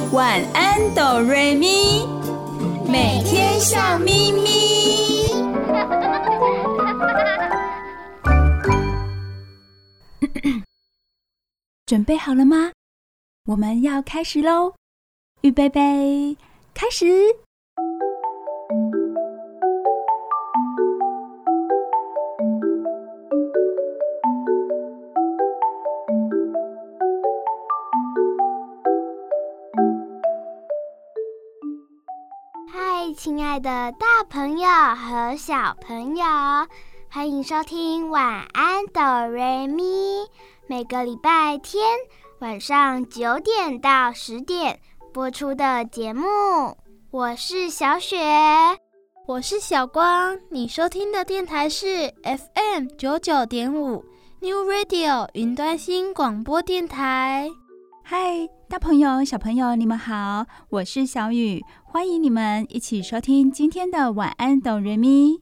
晚安哆瑞咪，每天笑眯眯。准备好了吗？我们要开始咯！预备备，开始！ 嗨，亲爱的大朋友和小朋友，欢迎收听晚安哆瑞咪，每个礼拜天晚上9点到10点播出的节目。我是小雪， 我是小光，你收听的电台是 FM 99.5 New Radio 云端新广播电台。 嗨，大朋友小朋友你们好，我是小雨，欢迎你们一起收听今天的晚安哆瑞咪。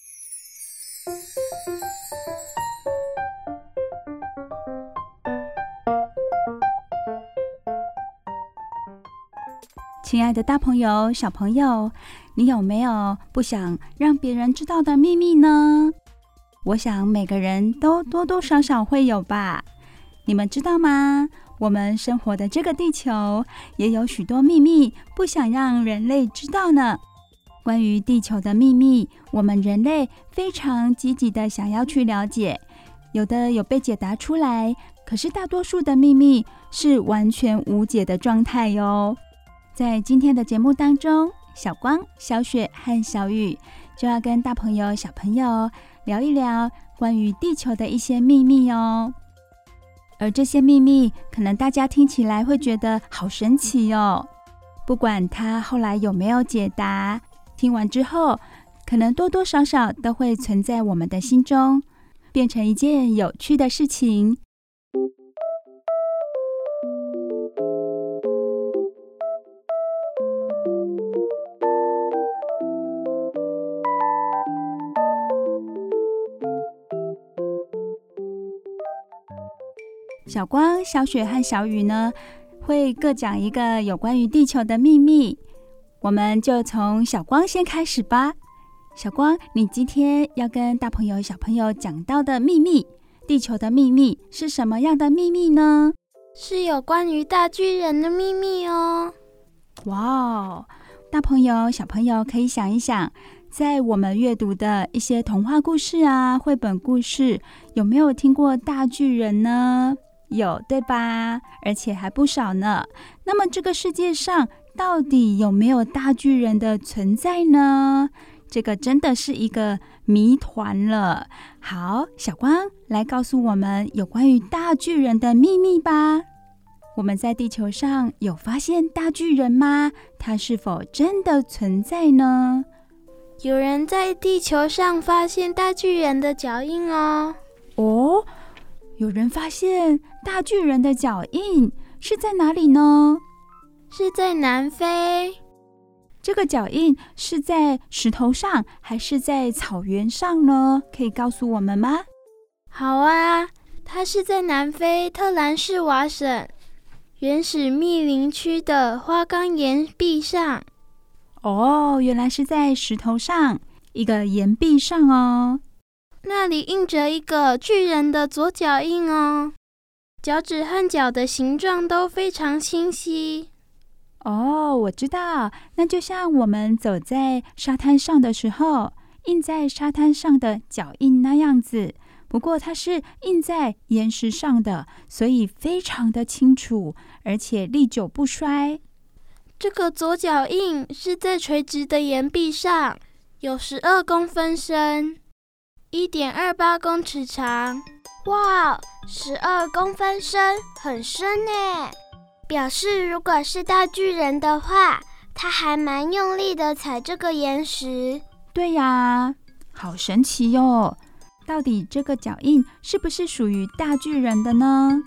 亲爱的大朋友小朋友，你有没有不想让别人知道的秘密呢？我想每个人都多多少少会有吧。你们知道吗？我们生活的这个地球也有许多秘密不想让人类知道呢。关于地球的秘密，我们人类非常积极的想要去了解，有的有被解答出来，可是大多数的秘密是完全无解的状态哟。在今天的节目当中，小光、小雪和小雨就要跟大朋友小朋友聊一聊关于地球的一些秘密哦。而这些秘密可能大家听起来会觉得好神奇哦，不管它后来有没有解答，听完之后可能多多少少都会存在我们的心中，变成一件有趣的事情。小光、小雪和小雨呢，会各讲一个有关于地球的秘密。我们就从小光先开始吧。小光，你今天要跟大朋友小朋友讲到的秘密，地球的秘密是什么样的秘密呢？ 是有关于大巨人的秘密哦。 哇哦，大朋友小朋友可以想一想，在我们阅读的一些童话故事啊、绘本故事，有没有听过大巨人呢？有，对吧？而且还不少呢。那么这个世界上到底有没有大巨人的存在呢？这个真的是一个谜团了。好，小光来告诉我们有关于大巨人的秘密吧。我们在地球上有发现大巨人吗？它是否真的存在呢？ 有人在地球上发现大巨人的脚印哦。 哦，有人发现大巨人的脚印，是在哪里呢？ 是在南非。 这个脚印是在石头上还是在草原上呢？可以告诉我们吗？ 好啊，它是在南非特兰士瓦省原始密林区的花岗岩壁上。 哦，原来是在石头上，一个岩壁上哦。 那里印着一个巨人的左脚印哦，脚趾和脚的形状都非常清晰。 哦，我知道，那就像我们走在沙滩上的时候，印在沙滩上的脚印那样子。不过它是印在岩石上的，所以非常的清楚，而且历久不衰。 这个左脚印是在垂直的岩壁上，有12公分深，1.28公尺长。 哇，12公分深，很深耶！表示如果是大巨人的话，他还蛮用力的踩这个岩石。 对呀，好神奇哟！到底这个脚印是不是属于大巨人的呢？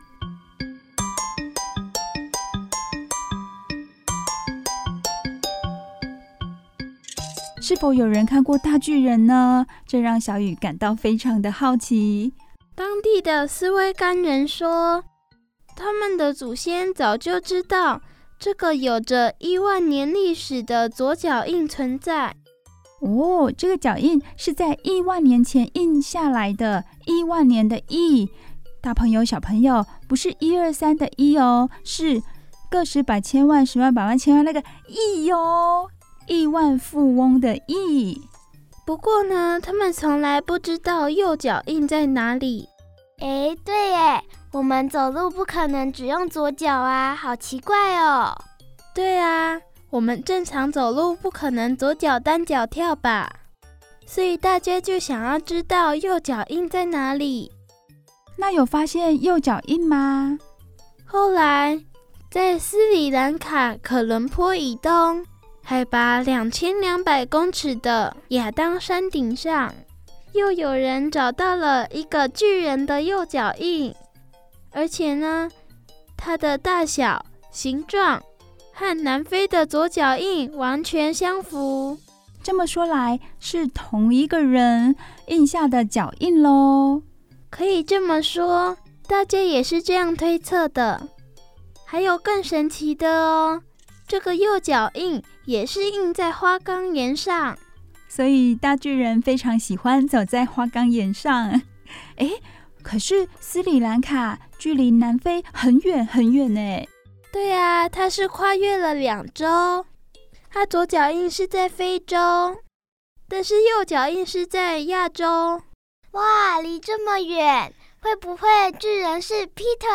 是否有人看过大巨人呢？这让小雨感到非常的好奇。 当地的斯威甘人说，他们的祖先早就知道这个有着1万年历史的左脚印存在。 哦，这个脚印是在1万年前印下来的，1万年的亿。大朋友小朋友，不是1、2、3的1哦，是个十百千万十万百万千万那个亿哟，亿万富翁的亿。 不过呢，他们从来不知道右脚印在哪里。 诶，对耶，我们走路不可能只用左脚啊，好奇怪哦。 对啊，我们正常走路不可能左脚单脚跳吧？所以大家就想要知道右脚印在哪里。 那有发现右脚印吗？ 后来，在斯里兰卡可伦坡以东，海拔2200公尺的亚当山顶上，又有人找到了一个巨人的右脚印，而且呢，它的大小、形状和南非的左脚印完全相符。 这么说来，是同一个人印下的脚印咯。 可以这么说，大家也是这样推测的。还有更神奇的哦，这个右脚印也是印在花岗岩上， 所以大巨人非常喜欢走在花岗岩上。诶，可是斯里兰卡距离南非很远很远呢。 对啊，它是跨越了2洲。它左脚印是在非洲，但是右脚印是在亚洲。 哇，离这么远，会不会巨人是劈腿？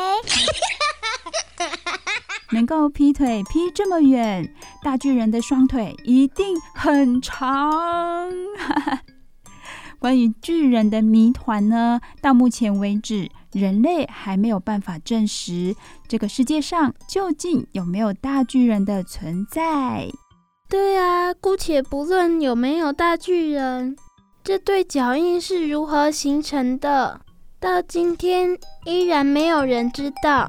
能够劈腿劈这么远，大巨人的双腿一定很长。关于巨人的谜团呢，到目前为止，人类还没有办法证实这个世界上究竟有没有大巨人的存在。 对啊，姑且不论有没有大巨人，这对脚印是如何形成的，到今天依然没有人知道。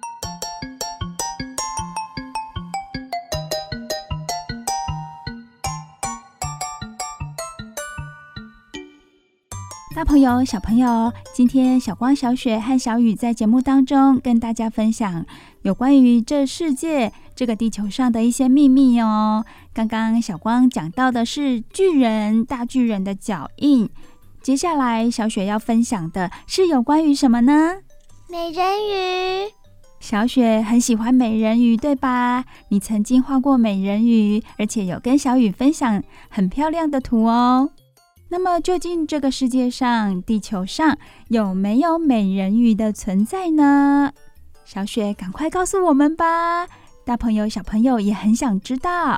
大朋友小朋友，今天小光小雪和小雨在节目当中跟大家分享有关于这世界这个地球上的一些秘密哦。刚刚小光讲到的是巨人大巨人的脚印，接下来小雪要分享的是有关于什么呢？ 美人鱼。 小雪很喜欢美人鱼，对吧？你曾经画过美人鱼，而且有跟小雨分享很漂亮的图哦。那么究竟这个世界上，地球上有没有美人鱼的存在呢？小雪赶快告诉我们吧，大朋友小朋友也很想知道。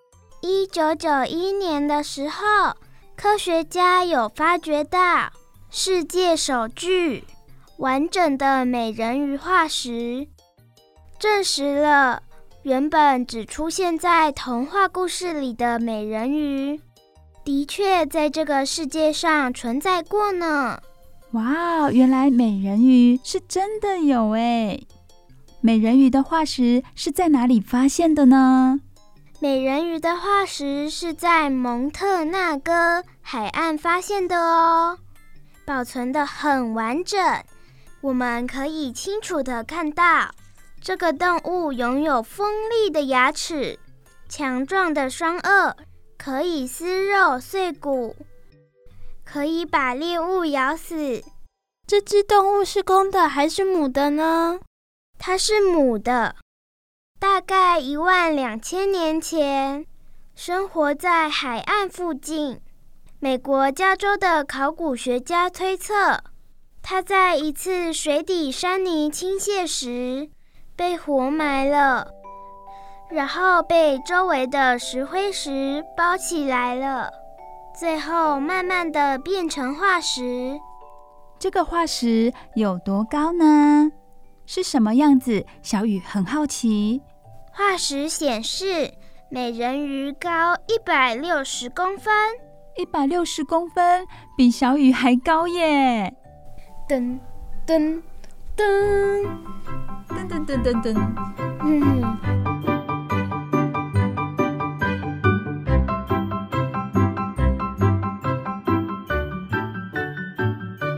1991年的时候，科学家有发掘到世界首具完整的美人鱼化石，证实了原本只出现在童话故事里的美人鱼的确在这个世界上存在过呢。 哇，原来美人鱼是真的有耶！美人鱼的化石是在哪里发现的呢？ 美人鱼的化石是在蒙特纳哥海岸发现的哦，保存得很完整，我们可以清楚地看到这个动物拥有锋利的牙齿、强壮的双颚，可以撕肉碎骨，可以把猎物咬死。 这只动物是公的还是母的呢？ 它是母的，大概12000年前，生活在海岸附近。美国加州的考古学家推测，它在一次水底山泥倾泻时被活埋了，然后被周围的石灰石包起来了，最后慢慢的变成化石。 这个化石有多高呢？是什么样子？小雨很好奇。 化石显示，美人鱼高160公分。 160公分，比小雨还高耶！ 噔噔噔噔噔噔噔噔。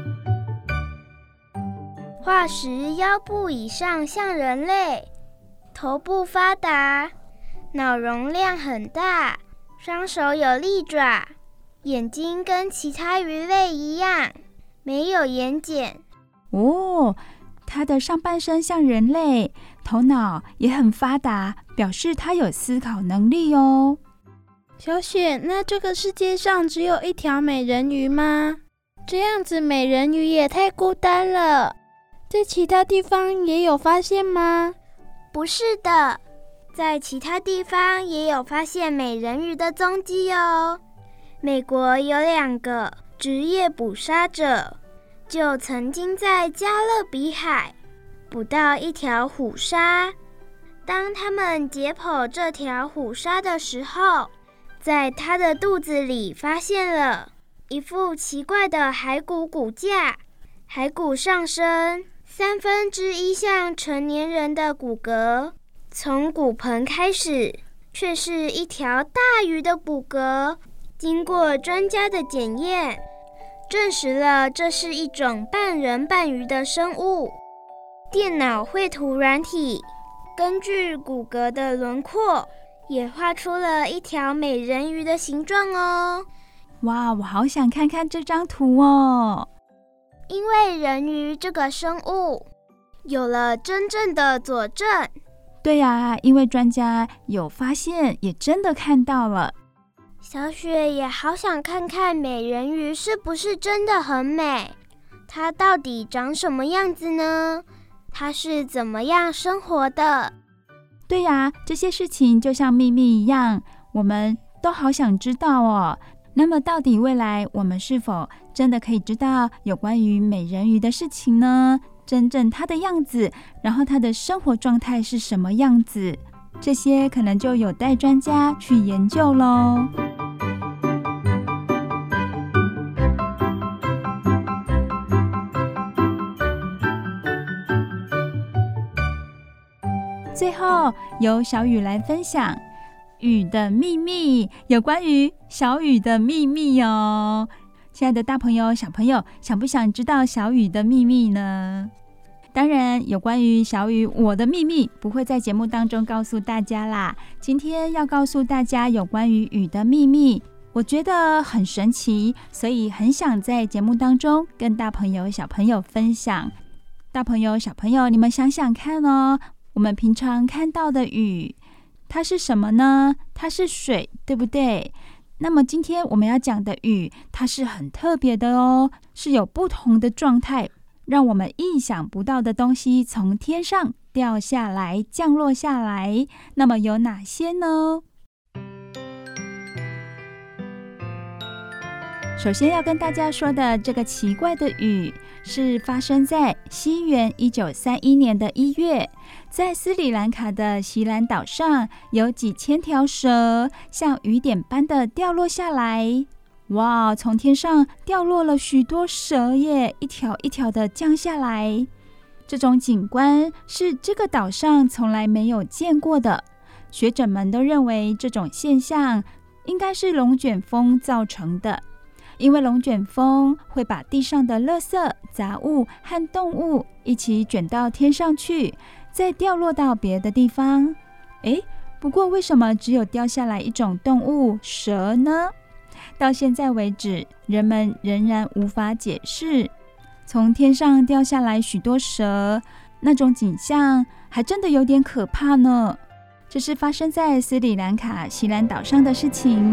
化石腰部以上像人类， 头部发达，脑容量很大，双手有利爪，眼睛跟其他鱼类一样，没有眼睑。 哦，它的上半身像人类，头脑也很发达，表示它有思考能力哦。 小雪，那这个世界上只有一条美人鱼吗？这样子美人鱼也太孤单了。在其他地方也有发现吗？ 不是的，在其他地方也有发现美人鱼的踪迹哦。美国有2个职业捕杀者，就曾经在加勒比海捕到一条虎鲨。当他们解剖这条虎鲨的时候，在它的肚子里发现了一副奇怪的骸骨骨架，骸骨上身1/3像成年人的骨骼，从骨盆开始却是一条大鱼的骨骼。经过专家的检验，证实了这是一种半人半鱼的生物。电脑绘图软体根据骨骼的轮廓，也画出了一条美人鱼的形状哦。 哇，我好想看看这张图哦。 因为人鱼这个生物有了真正的佐证。 对呀，因为专家有发现，也真的看到了。 小雪也好想看看美人鱼是不是真的很美，它到底长什么样子呢？它是怎么样生活的？ 对呀，这些事情就像秘密一样，我们都好想知道哦。那么到底未来我们是否真的可以知道有关于美人鱼的事情呢？真正它的样子，然后它的生活状态是什么样子？这些可能就有待专家去研究咯。最后由小雨来分享雨的秘密，有关于小雨的秘密哦。亲爱的大朋友小朋友，想不想知道小雨的秘密呢？当然，有关于小雨我的秘密不会在节目当中告诉大家啦。今天要告诉大家有关于雨的秘密，我觉得很神奇，所以很想在节目当中跟大朋友小朋友分享。大朋友小朋友，你们想想看哦，我们平常看到的雨，它是什么呢？它是水，对不对？那么今天我们要讲的雨，它是很特别的哦，是有不同的状态，让我们意想不到的东西从天上掉下来，降落下来。那么有哪些呢？首先要跟大家说的这个奇怪的雨，是发生在西元1931年的1月，在斯里兰卡的锡兰岛上，有几千条蛇像雨点般的掉落下来。哇，从天上掉落了许多蛇耶，一条一条的降下来。这种景观是这个岛上从来没有见过的。学者们都认为这种现象应该是龙卷风造成的。因为龙卷风会把地上的垃圾、杂物和动物一起卷到天上去，再掉落到别的地方。不过为什么只有掉下来一种动物蛇呢？到现在为止，人们仍然无法解释。从天上掉下来许多蛇，那种景象还真的有点可怕呢。这是发生在斯里兰卡锡兰岛上的事情。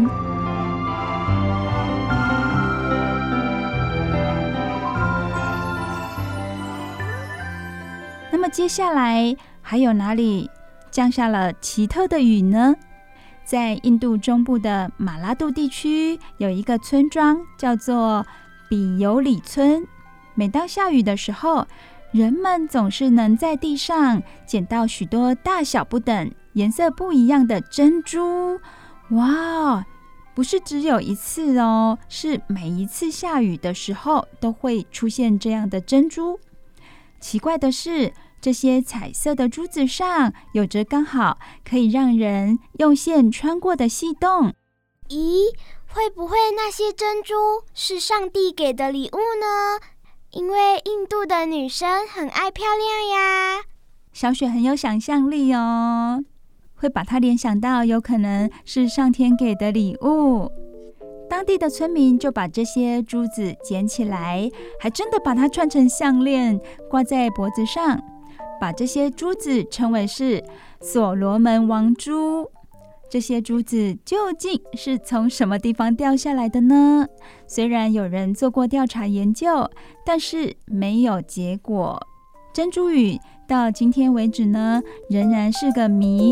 那么接下来还有哪里降下了奇特的雨呢？在印度中部的马拉杜地区有一个村庄叫做比尤里村。每当下雨的时候，人们总是能在地上捡到许多大小不等、颜色不一样的珍珠。哇，不是只有一次哦，是每一次下雨的时候都会出现这样的珍珠。奇怪的是，这些彩色的珠子上有着刚好可以让人用线穿过的细洞。 咦，会不会那些珍珠是上帝给的礼物呢？因为印度的女生很爱漂亮呀。 小雪很有想象力哦，会把它联想到有可能是上天给的礼物。当地的村民就把这些珠子捡起来，还真的把它串成项链，挂在脖子上，把这些珠子称为是所罗门王珠。这些珠子究竟是从什么地方掉下来的呢？虽然有人做过调查研究，但是没有结果。珍珠雨到今天为止呢，仍然是个谜。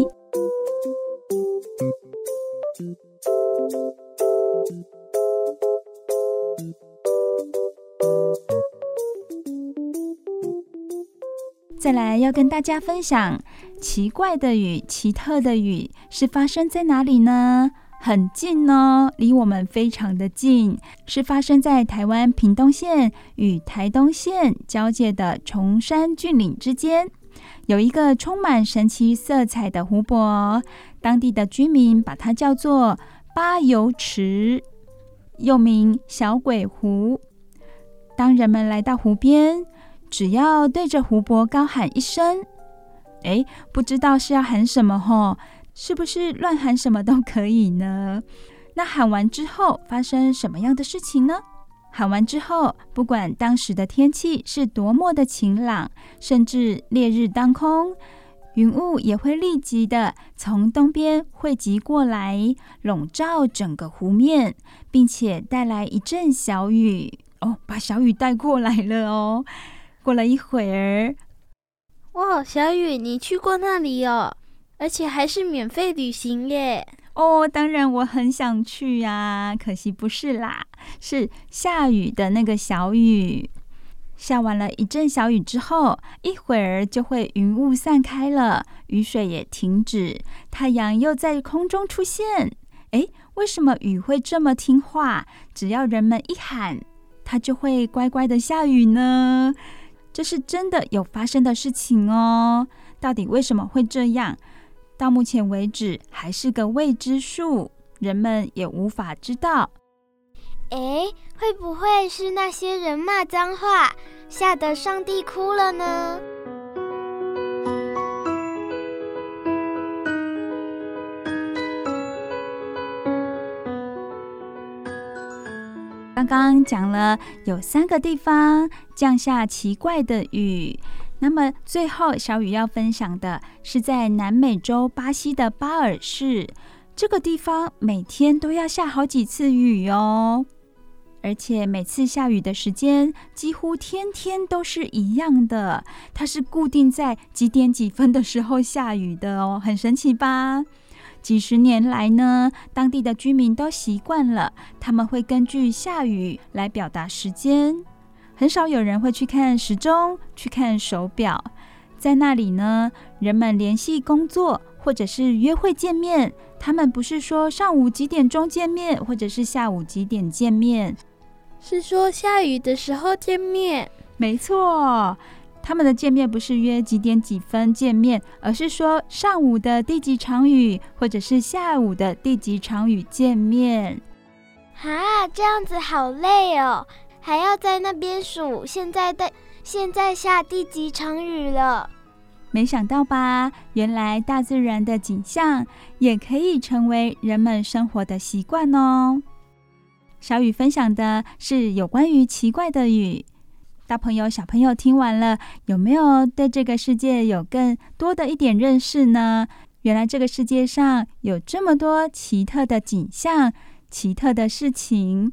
再来要跟大家分享奇怪的雨、奇特的雨是发生在哪里呢？很近哦，离我们非常的近，是发生在台湾屏东县与台东县交界的崇山峻岭之间，有一个充满神奇色彩的湖泊，当地的居民把它叫做八油池，又名小鬼湖。当人们来到湖边，只要对着湖泊高喊一声，不知道是要喊什么吼，是不是乱喊什么都可以呢？那喊完之后发生什么样的事情呢？喊完之后，不管当时的天气是多么的晴朗，甚至烈日当空，云雾也会立即的从东边汇集过来，笼罩整个湖面，并且带来一阵小雨把小雨带过来了哦。过了一会儿， 哇，小雨，你去过那里哦？而且还是免费旅行耶！ 当然我很想去啊，可惜不是啦，是下雨的那个小雨。下完了一阵小雨之后，一会儿就会云雾散开了，雨水也停止，太阳又在空中出现。为什么雨会这么听话？只要人们一喊，它就会乖乖的下雨呢？这是真的有发生的事情哦。到底为什么会这样？到目前为止还是个未知数，人们也无法知道。 会不会是那些人骂脏话，吓得上帝哭了呢？ 刚刚讲了有3个地方降下奇怪的雨，那么最后小雨要分享的是在南美洲巴西的巴尔市，这个地方每天都要下好几次雨哦，而且每次下雨的时间几乎天天都是一样的，它是固定在几点几分的时候下雨的哦，很神奇吧？几十年来呢，当地的居民都习惯了，他们会根据下雨来表达时间，很少有人会去看时钟，去看手表。在那里呢，人们联系工作或者是约会见面，他们不是说上午几点钟见面，或者是下午几点见面， 是说下雨的时候见面。 没错，他们的见面不是约几点几分见面，而是说上午的第几场雨，或者是下午的第几场雨见面。 这样子好累哦，还要在那边数现在下第几场雨了。 没想到吧，原来大自然的景象也可以成为人们生活的习惯哦。小雨分享的是有关于奇怪的雨，大朋友小朋友听完了，有没有对这个世界有更多的一点认识呢？原来这个世界上有这么多奇特的景象，奇特的事情。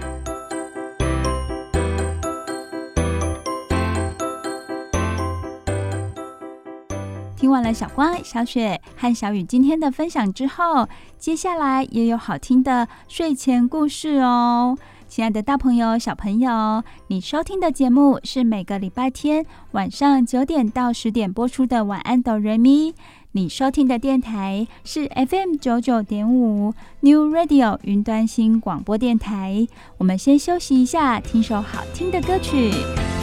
听完了小光、小雪和小雨今天的分享之后，接下来也有好听的睡前故事哦。亲爱的大朋友小朋友，你收听的节目是每个礼拜天晚上9点到10点播出的晚安哆瑞咪，你收听的电台是 FM 99.5 New Radio 云端新广播电台。我们先休息一下，听首好听的歌曲。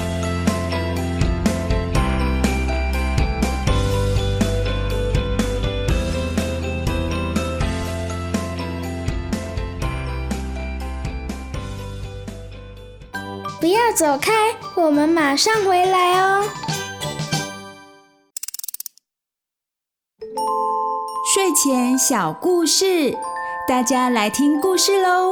不要走开，我们马上回来哦。 睡前小故事，大家来听故事喽。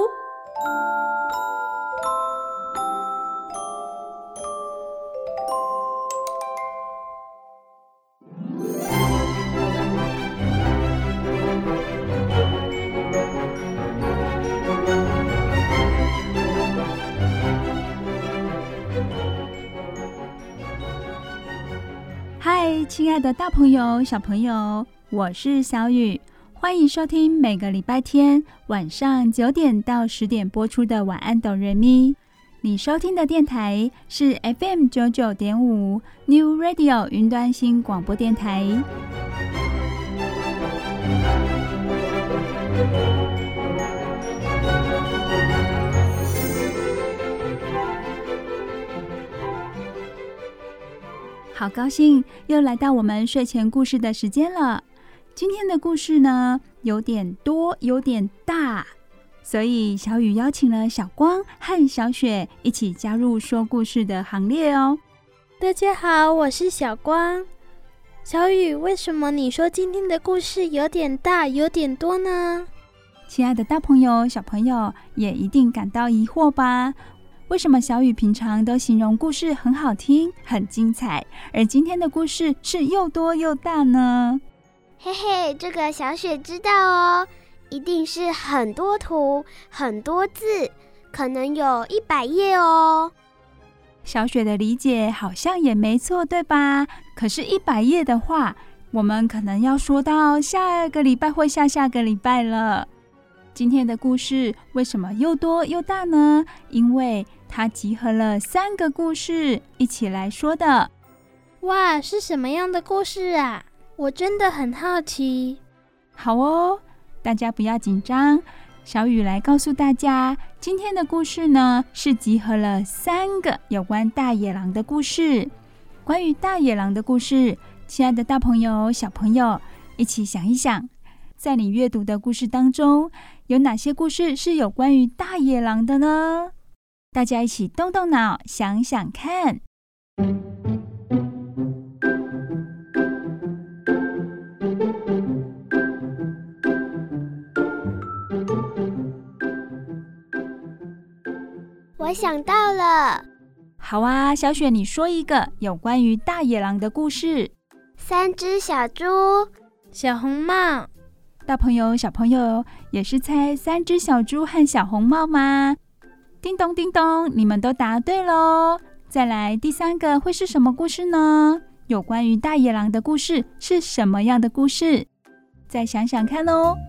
嗨，亲爱的大朋友、小朋友，我是小雨，欢迎收听每个礼拜天晚上9点到10点播出的晚安哆瑞咪。你收听的电台是 FM99.5 New Radio 云端新广播电台。好高兴又来到我们睡前故事的时间了。今天的故事呢，有点多，有点大，所以小雨邀请了小光和小雪一起加入说故事的行列哦。 大家好，我是小光。小雨，为什么你说今天的故事有点大，有点多呢？ 亲爱的大朋友、小朋友也一定感到疑惑吧？为什么小雨平常都形容故事很好听、很精彩，而今天的故事是又多又大呢？ 嘿嘿，这个小雪知道哦，一定是很多图、很多字，可能有100页哦。 小雪的理解好像也没错，对吧？可是100页的话，我们可能要说到下个礼拜或下下个礼拜了。今天的故事为什么又多又大呢？因为它集合了3个故事一起来说的。 哇，是什么样的故事啊？我真的很好奇。 好哦，大家不要紧张，小雨来告诉大家，今天的故事呢，是集合了3个有关大野狼的故事。关于大野狼的故事，亲爱的大朋友、小朋友，一起想一想，在你阅读的故事当中，有哪些故事是有关于大野狼的呢？大家一起动动脑，想想看。 我想到了。 好啊，小雪，你说一个有关于大野狼的故事。 3只小猪， 小红帽。 大朋友、小朋友也是猜3只小猪和小红帽吗？叮咚叮咚，你们都答对咯。再来第3个会是什么故事呢？有关于大野狼的故事是什么样的故事？再想想看咯。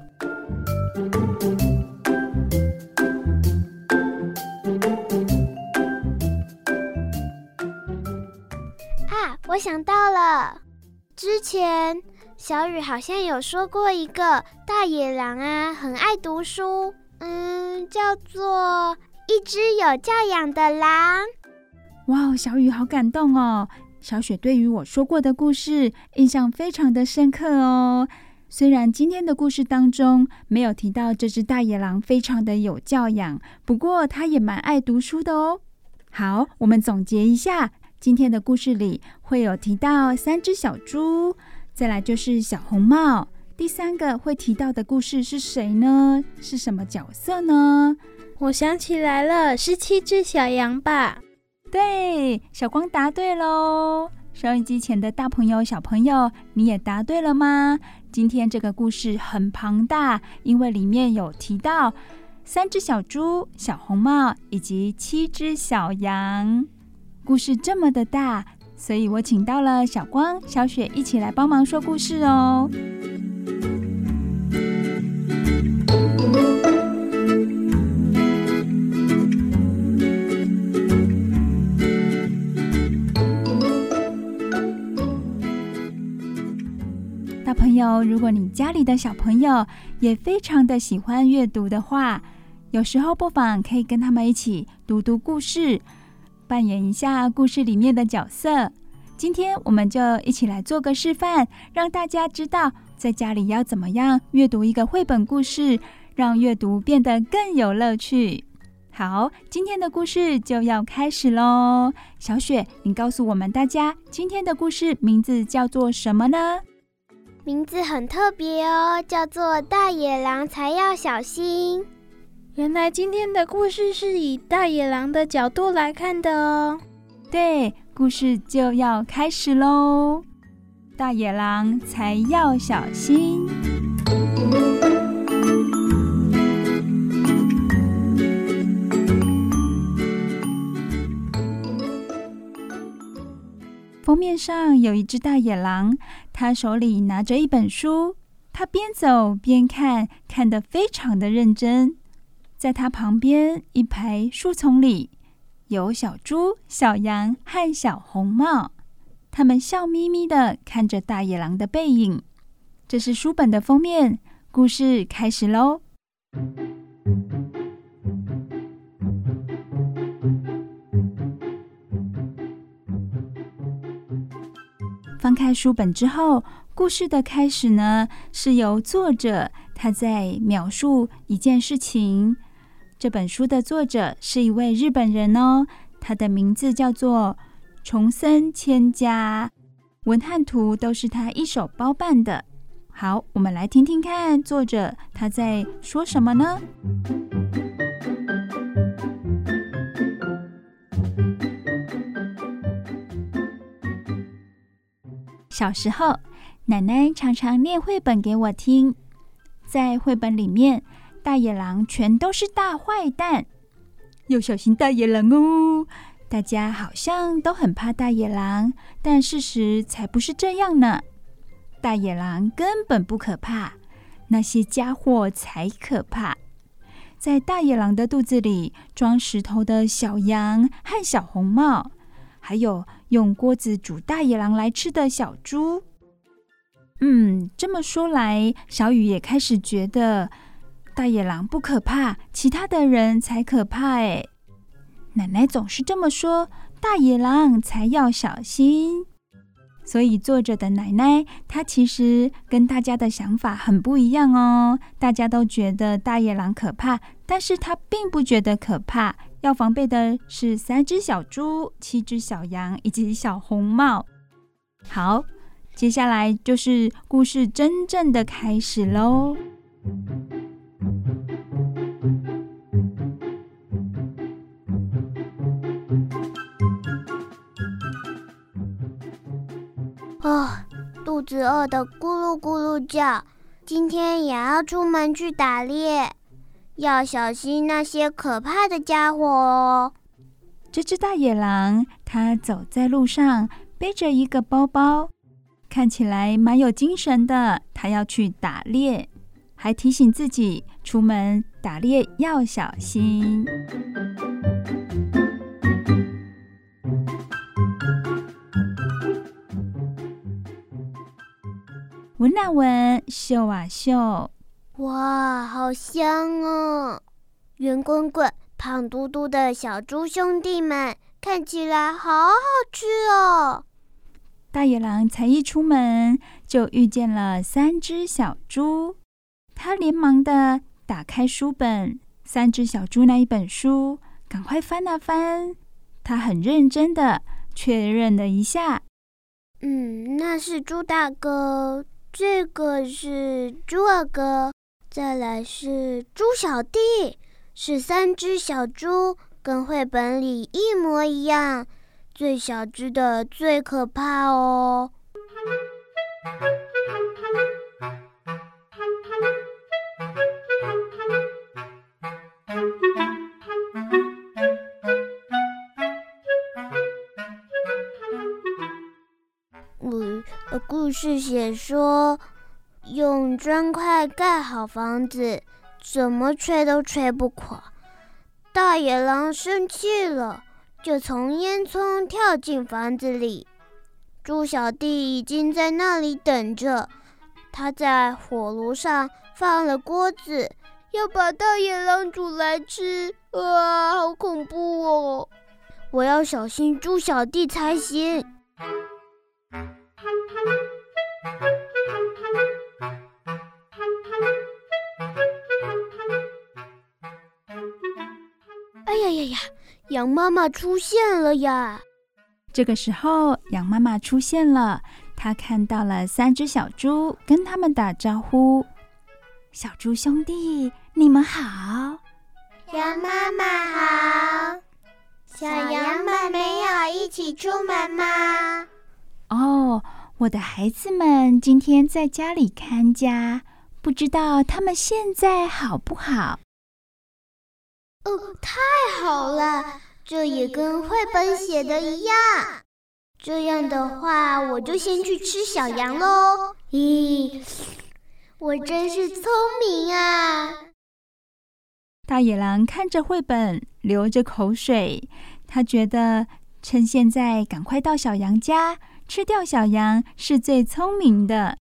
我想到了，之前小雨好像有说过一个大野狼啊，很爱读书，叫做一只有教养的狼。 哇，小雨好感动哦！小雪对于我说过的故事印象非常的深刻哦。虽然今天的故事当中没有提到这只大野狼非常的有教养，不过它也蛮爱读书的哦。好，我们总结一下。今天的故事里会有提到3只小猪，再来就是小红帽。第3个会提到的故事是谁呢？是什么角色呢？ 我想起来了，是7只小羊吧？ 对，小光答对咯。收音机前的大朋友、小朋友，你也答对了吗？今天这个故事很庞大，因为里面有提到3只小猪、小红帽以及7只小羊。故事这么的大，所以我请到了小光、小雪一起来帮忙说故事哦。大朋友，如果你家里的小朋友也非常的喜欢阅读的话，有时候不妨可以跟他们一起读读故事，扮演一下故事里面的角色。今天我们就一起来做个示范，让大家知道在家里要怎么样阅读一个绘本故事，让阅读变得更有乐趣。好，今天的故事就要开始咯。小雪，你告诉我们大家，今天的故事名字叫做什么呢？ 名字很特别哦，叫做大野狼才要小心。 原来今天的故事是以大野狼的角度来看的哦。 对，故事就要开始咯。大野狼才要小心。封面上有一只大野狼，他手里拿着一本书，他边走边看，看得非常的认真。在他旁边一排树丛里，有小猪、小羊和小红帽，他们笑眯眯地看着大野狼的背影。这是书本的封面，故事开始咯。翻开书本之后，故事的开始呢，是由作者他在描述一件事情。这本书的作者是一位日本人哦，他的名字叫做重森千佳，文和图都是他一手包办的。好，我们来听听看作者他在说什么呢？小时候，奶奶常常念绘本给我听。在绘本里面，大野狼全都是大坏蛋，要小心大野狼哦！大家好像都很怕大野狼，但事实才不是这样呢。大野狼根本不可怕，那些家伙才可怕。在大野狼的肚子里装石头的小羊和小红帽，还有用锅子煮大野狼来吃的小猪。这么说来，小雨也开始觉得大野狼不可怕，其他的人才可怕哎。奶奶总是这么说，大野狼才要小心。所以作者的奶奶，她其实跟大家的想法很不一样哦。大家都觉得大野狼可怕，但是她并不觉得可怕。要防备的是3只小猪、7只小羊以及小红帽。好，接下来就是故事真正的开始咯。 肚子饿得咕噜咕噜叫，今天也要出门去打猎，要小心那些可怕的家伙哦。 这只大野狼，它走在路上，背着一个包包，看起来蛮有精神的。它要去打猎，还提醒自己出门打猎要小心。闻啊闻，嗅啊嗅， 哇，好香哦！圆滚滚、胖嘟嘟的小猪兄弟们，看起来好好吃哦。 大野狼才一出门，就遇见了3只小猪。他连忙的打开书本，3只小猪那一本书，赶快翻啊翻。他很认真的确认了一下， 那是猪大哥，这个是猪二哥，再来是猪小弟，是3只小猪，跟绘本里一模一样。最小只的最可怕哦。故事写说，用砖块盖好房子，怎么吹都吹不垮。大野狼生气了，就从烟囱跳进房子里。猪小弟已经在那里等着，他在火炉上放了锅子，要把大野狼煮来吃。哇，好恐怖哦！我要小心猪小弟才行。哎呀，羊妈妈出现了呀！ 这个时候，羊妈妈出现了， 他看到了3只小猪，跟他们打招呼：“小猪兄弟，你们好。” 羊妈妈好。小羊们没有一起出门吗？ 哦，我的孩子们今天在家里看家，不知道他们现在好不好？ 太好了，这也跟绘本写的一样。这样的话，我就先去吃小羊咯。咦，我真是聪明啊！ 大野狼看着绘本，流着口水。他觉得趁现在赶快到小羊家，吃掉小羊是最聪明的。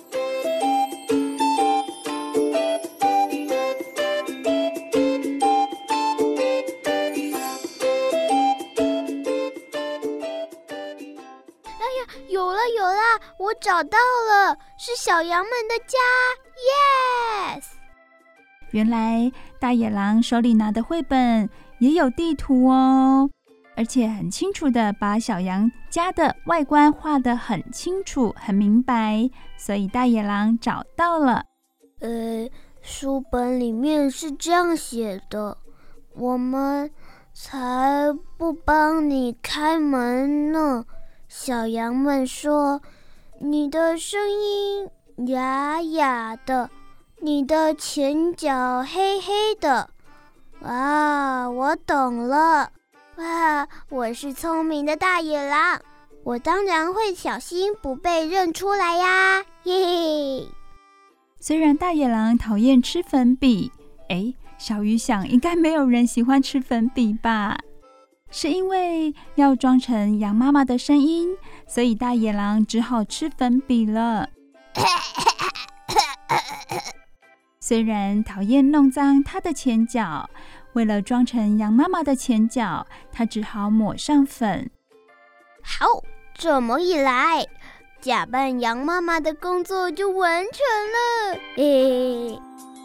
有了，我找到了，是小羊们的家 ，yes！ 原来大野狼手里拿的绘本也有地图哦，而且很清楚的把小羊家的外观画得很清楚、很明白，所以大野狼找到了。 书本里面是这样写的，我们才不帮你开门呢。小羊们说，你的声音哑哑的，你的前脚黑黑的。哇，我懂了。哇，我是聪明的大野狼，我当然会小心不被认出来呀，耶！ 虽然大野狼讨厌吃粉笔，小鱼想应该没有人喜欢吃粉笔吧？是因为要装成羊妈妈的声音，所以大野狼只好吃粉笔了。虽然讨厌弄脏它的前脚，为了装成羊妈妈的前脚，它只好抹上粉。 好，这么一来，假扮羊妈妈的工作就完成了。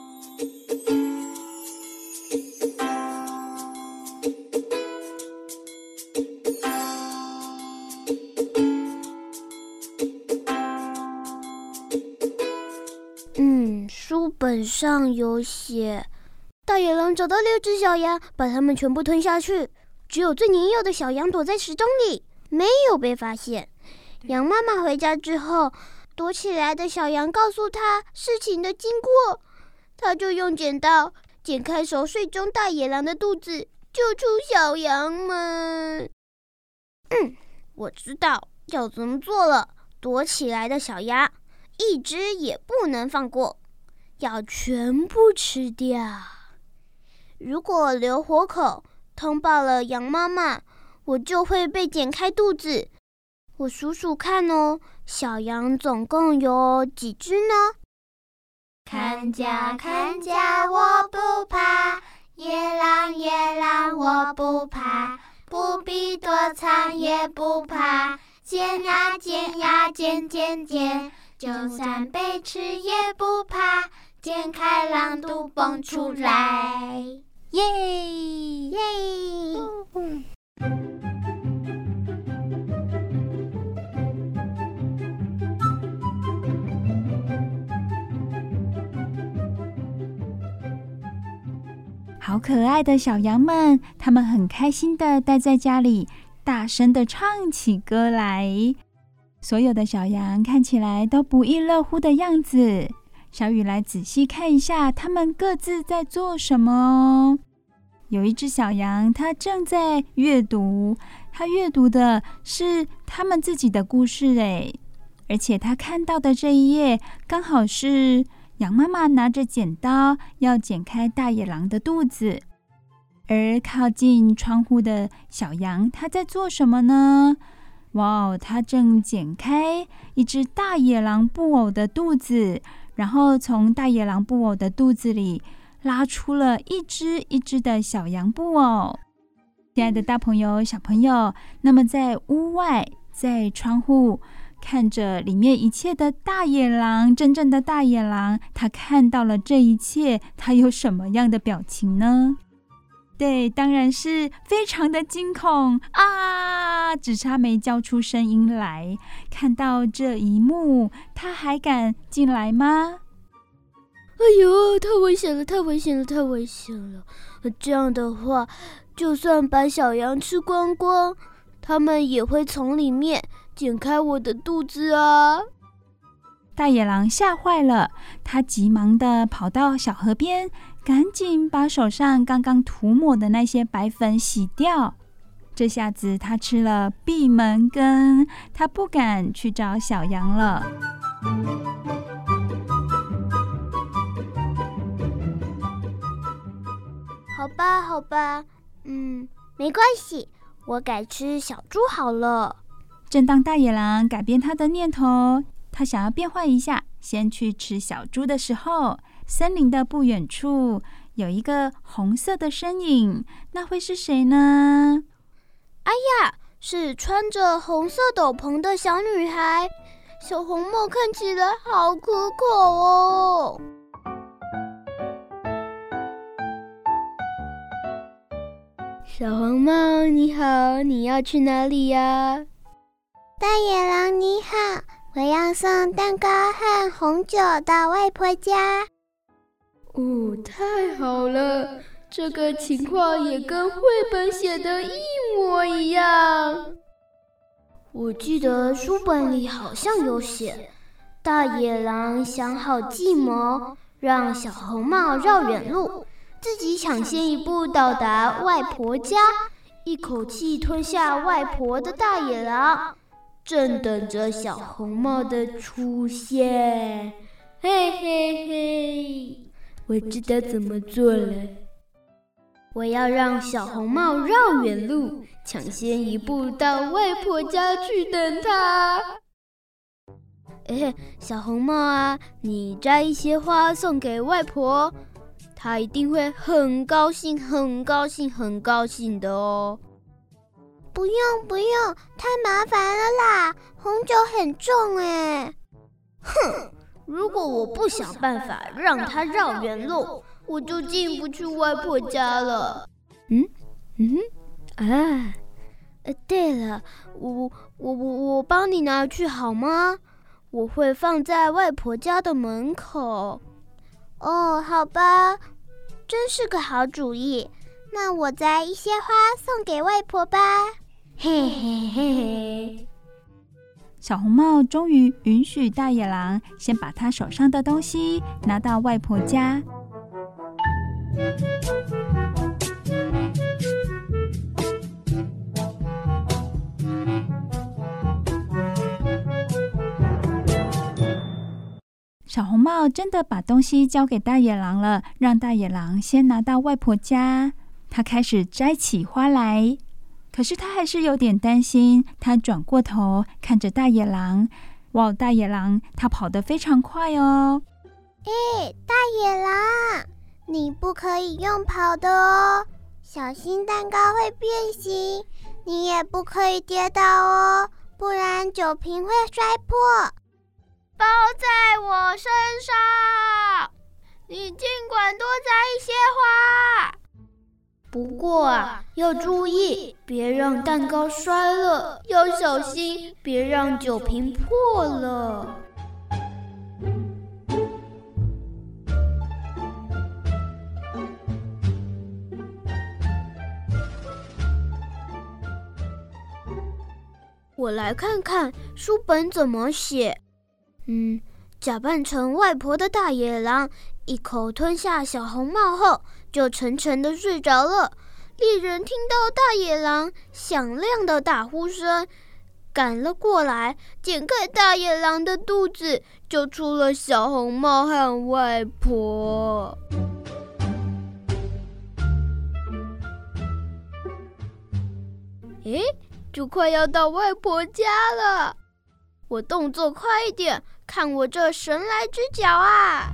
书本上有写，大野狼找到6只小羊，把它们全部吞下去，只有最年幼的小羊躲在时钟里，没有被发现。羊妈妈回家之后，躲起来的小羊告诉她事情的经过，她就用剪刀剪开熟睡中大野狼的肚子，救出小羊们。我知道要怎么做了，躲起来的小羊一只也不能放过，要全部吃掉。如果留活口，通报了羊妈妈，我就会被剪开肚子。我数数看哦，小羊总共有几只呢？看家看家我不怕，野狼野狼我不怕，不必躲藏也不怕，剪呀剪呀剪剪剪，就算被吃也不怕，剪开狼肚蹦出来，耶耶！ 好可爱的小羊们，他们很开心的待在家里，大声的唱起歌来。所有的小羊看起来都不亦乐乎的样子。小雨来仔细看一下，他们各自在做什么哦。有一只小羊，它正在阅读，它阅读的是他们自己的故事而且它看到的这一页刚好是羊妈妈拿着剪刀要剪开大野狼的肚子。而靠近窗户的小羊，它在做什么呢？哇，它正剪开一只大野狼布偶的肚子，然后从大野狼布偶的肚子里拉出了一只一只的小羊布偶。亲爱的大朋友小朋友，那么在屋外，在窗户看着里面一切的大野狼，真正的大野狼，他看到了这一切，他有什么样的表情呢？对，当然是非常的惊恐啊！ 他只差没叫出声音来。看到这一幕，他还敢进来吗？ 哎呦，太危险了，太危险了，太危险了！这样的话，就算把小羊吃光光，他们也会从里面剪开我的肚子啊！ 大野狼吓坏了，他急忙地跑到小河边，赶紧把手上刚刚涂抹的那些白粉洗掉。这下子他吃了闭门羹，他不敢去找小羊了。 好吧，好吧，没关系，我改吃小猪好了。 正当大野狼改变他的念头，他想要变换一下，先去吃小猪的时候，森林的不远处有一个红色的身影，那会是谁呢？ 哎呀，是穿着红色斗篷的小女孩，小红帽看起来好可口哦。小红帽你好，你要去哪里呀？ 大野狼你好，我要送蛋糕和红酒到外婆家。 哦，太好了，这个情况也跟绘本写的一模一样。我记得书本里好像有写，大野狼想好计谋，让小红帽绕远路，自己抢先一步到达外婆家，一口气吞下外婆的大野狼，正等着小红帽的出现。嘿嘿嘿，我知道怎么做了。我要让小红帽绕远路，抢先一步到外婆家去等她。小红帽啊，你摘一些花送给外婆，她一定会很高兴、很高兴、很高兴的哦。 不用不用，太麻烦了啦，红酒很重哎。 哼，如果我不想办法让她绕远路，我就进不去外婆家了。对了，我帮你拿去好吗？我会放在外婆家的门口。 哦，好吧，真是个好主意。那我摘一些花送给外婆吧。 嘿嘿嘿嘿。 小红帽终于允许大野狼先把他手上的东西拿到外婆家。小红帽真的把东西交给大野狼了，让大野狼先拿到外婆家。他开始摘起花来，可是他还是有点担心。他转过头看着大野狼，哇，大野狼他跑得非常快哦。 大野狼，你不可以用跑的哦，小心蛋糕会变形。你也不可以跌倒哦，不然酒瓶会摔破。 包在我身上，你尽管多摘一些花。不过啊，要注意，别让蛋糕摔了，要小心，别让酒瓶破了。我来看看书本怎么写。假扮成外婆的大野狼，一口吞下小红帽后，就沉沉的睡着了。猎人听到大野狼响亮的打呼声，赶了过来，剪开大野狼的肚子，救出了小红帽和外婆。就快要到外婆家了，我动作快一点，看我这神来之脚啊！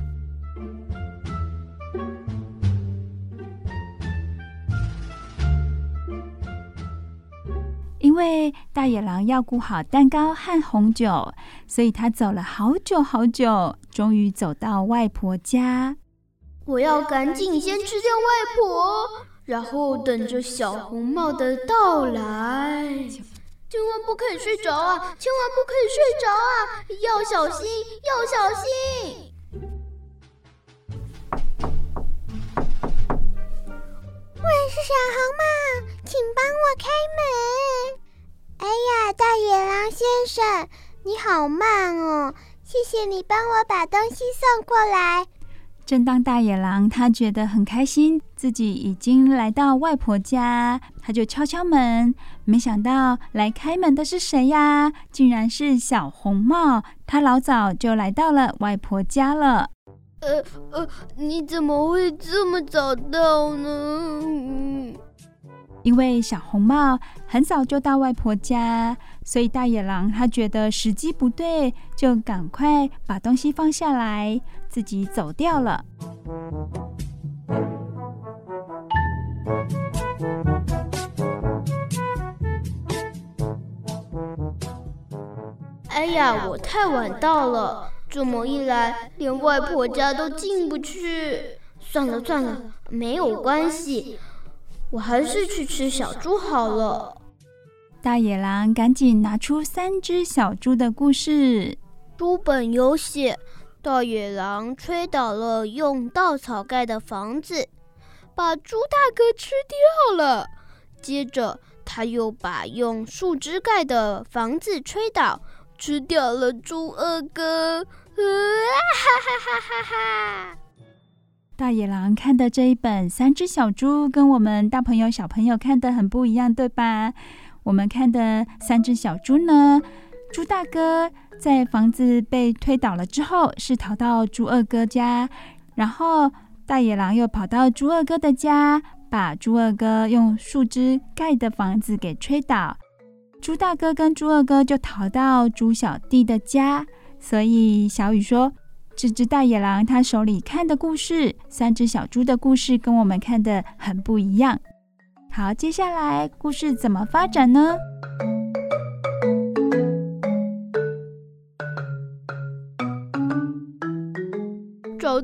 因为大野狼要顾好蛋糕和红酒，所以他走了好久好久，终于走到外婆家。 我要赶紧先吃掉外婆，然后等着小红帽的到来。 千万不可以睡着啊！千万不可以睡着啊！要小心，要小心！ 我是小红帽，请帮我开门。哎呀，大野狼先生，你好慢哦，谢谢你帮我把东西送过来。 正当大野狼他觉得很开心，自己已经来到外婆家，他就敲敲门，没想到来开门的是谁呀？竟然是小红帽，他老早就来到了外婆家了。 你怎么会这么早到呢？ 因为小红帽很早就到外婆家，所以大野狼他觉得时机不对，就赶快把东西放下来，自己走掉了。 哎呀，我太晚到了，这么一来，连外婆家都进不去。算了，没有关系，我还是去吃小猪好了。 大野狼赶紧拿出3只小猪的故事。 书本有写，大野狼吹倒了用稻草盖的房子，把猪大哥吃掉了。接着他又把用树枝盖的房子吹倒，吃掉了猪二哥。哈哈哈哈哈！ 大野狼看的这一本3只小猪跟我们大朋友小朋友看的很不一样，对吧？我们看的3只小猪呢，猪大哥在房子被推倒了之后是逃到猪二哥家，然后大野狼又跑到猪二哥的家，把猪二哥用树枝盖的房子给吹倒。猪大哥跟猪二哥就逃到猪小弟的家。所以小雨说，这只大野狼他手里看的故事，3只小猪的故事跟我们看的很不一样。好，接下来故事怎么发展呢？ 找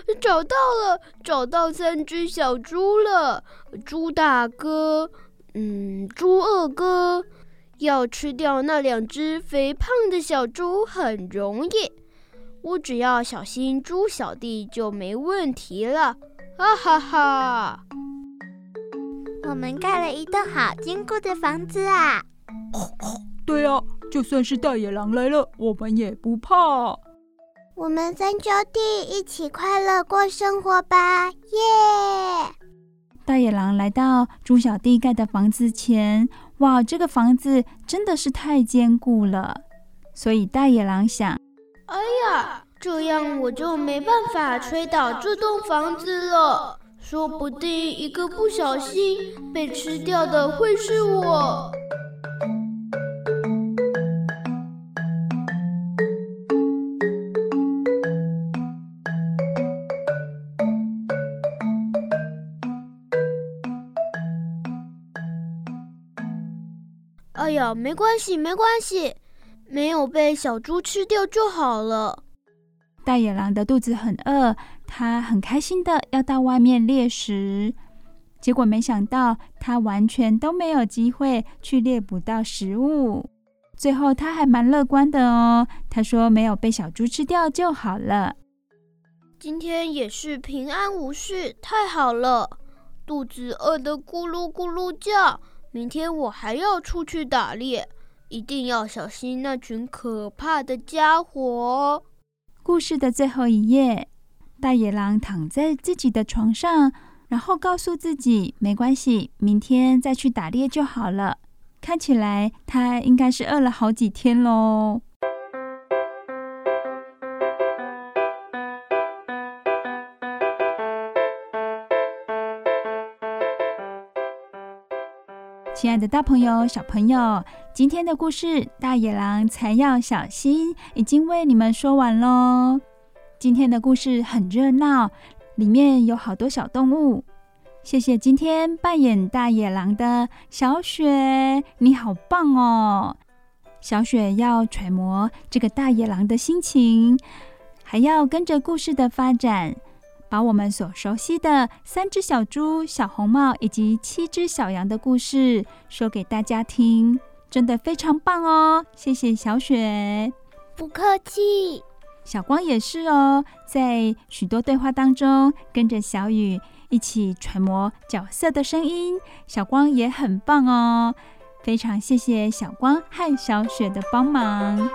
到3只小猪了。猪大哥，猪二哥，要吃掉那2只肥胖的小猪很容易，我只要小心猪小弟就没问题了。哈哈哈！ 我们盖了一栋好坚固的房子啊！ 对啊，就算是大野狼来了，我们也不怕。 我们3兄弟一起快乐过生活吧，耶！ 大野狼来到猪小弟盖的房子前，哇，这个房子真的是太坚固了。所以大野狼想， 哎呀，这样我就没办法吹倒这栋房子了，说不定一个不小心被吃掉的会是我。哎呀，没关系，没有被小猪吃掉就好了。 大野狼的肚子很饿，他很开心的要到外面猎食，结果没想到他完全都没有机会去猎捕到食物。最后他还蛮乐观的哦，他说没有被小猪吃掉就好了。 今天也是平安无事，太好了，肚子饿得咕噜咕噜叫。明天我还要出去打猎，一定要小心那群可怕的家伙。 故事的最后一页，大野狼躺在自己的床上，然后告诉自己没关系，明天再去打猎就好了。看起来他应该是饿了好几天咯。亲爱的大朋友小朋友，今天的故事大野狼才要小心已经为你们说完咯。今天的故事很热闹，里面有好多小动物。谢谢今天扮演大野狼的小雪，你好棒哦。小雪要揣摩这个大野狼的心情，还要跟着故事的发展，把我们所熟悉的3只小猪、小红帽以及7只小羊的故事说给大家听。 真的非常棒哦，谢谢小雪。 不客气。 小光也是哦，在许多对话当中跟着小雨一起揣摩角色的声音，小光也很棒哦，非常谢谢小光和小雪的帮忙。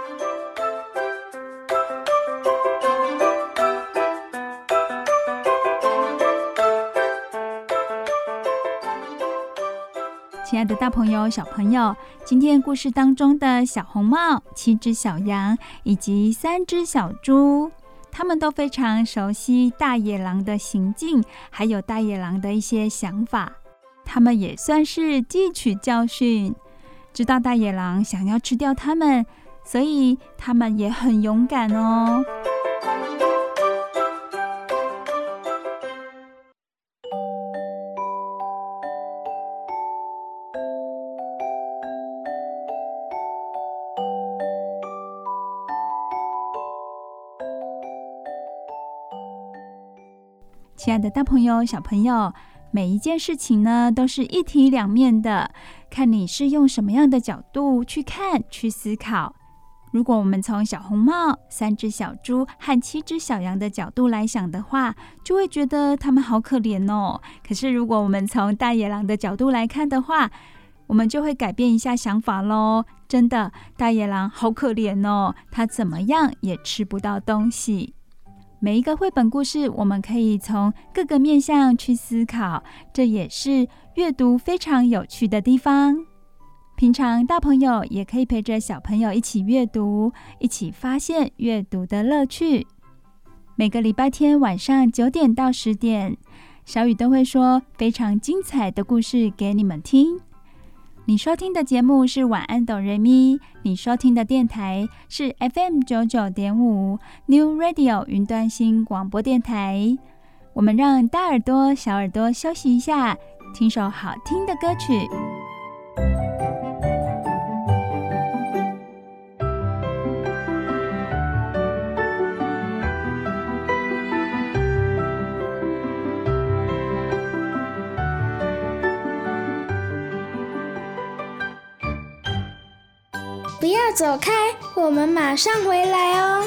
亲爱的大朋友小朋友，今天故事当中的小红帽、7只小羊以及3只小猪，他们都非常熟悉大野狼的行径，还有大野狼的一些想法，他们也算是汲取教训，知道大野狼想要吃掉他们，所以他们也很勇敢哦。亲爱的大朋友小朋友，每一件事情呢都是一体两面的，看你是用什么样的角度去看去思考。如果我们从小红帽、3只小猪和7只小羊的角度来想的话，就会觉得他们好可怜哦。可是如果我们从大野狼的角度来看的话，我们就会改变一下想法咯。真的，大野狼好可怜哦，他怎么样也吃不到东西。每一个绘本故事，我们可以从各个面向去思考，这也是阅读非常有趣的地方。平常大朋友也可以陪着小朋友一起阅读，一起发现阅读的乐趣。每个礼拜天晚上9点到10点，小雨都会说非常精彩的故事给你们听。你收听的节目是晚安哆瑞咪，你收听的电台是 FM99.5 New Radio 云端新广播电台。我们让大耳朵小耳朵休息一下，听首好听的歌曲。 不要走开，我们马上回来哦。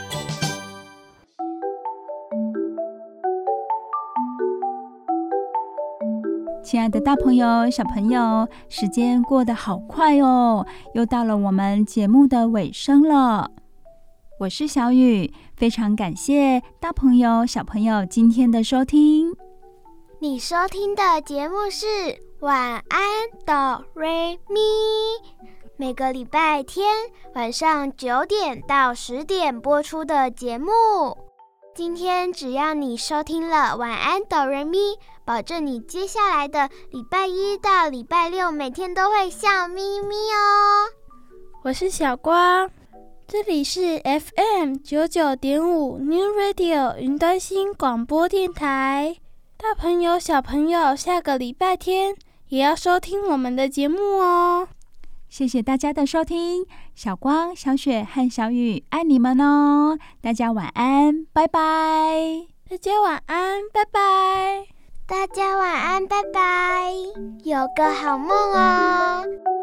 亲爱的大朋友小朋友，时间过得好快哦，又到了我们节目的尾声了。我是小雨，非常感谢大朋友小朋友今天的收听。 你收听的节目是晚安哆瑞咪，每个礼拜天晚上9点到10点播出的节目。今天只要你收听了晚安哆瑞咪，保证你接下来的礼拜1到礼拜6每天都会笑眯眯哦。 我是小光，这里是 FM99.5 New Radio 云端新广播电台。大朋友小朋友，下个礼拜天也要收听我们的节目哦。 谢谢大家的收听，小光、小雪和小雨爱你们哦！大家晚安，拜拜！ 大家晚安，拜拜！ 大家晚安，拜拜！有个好梦哦。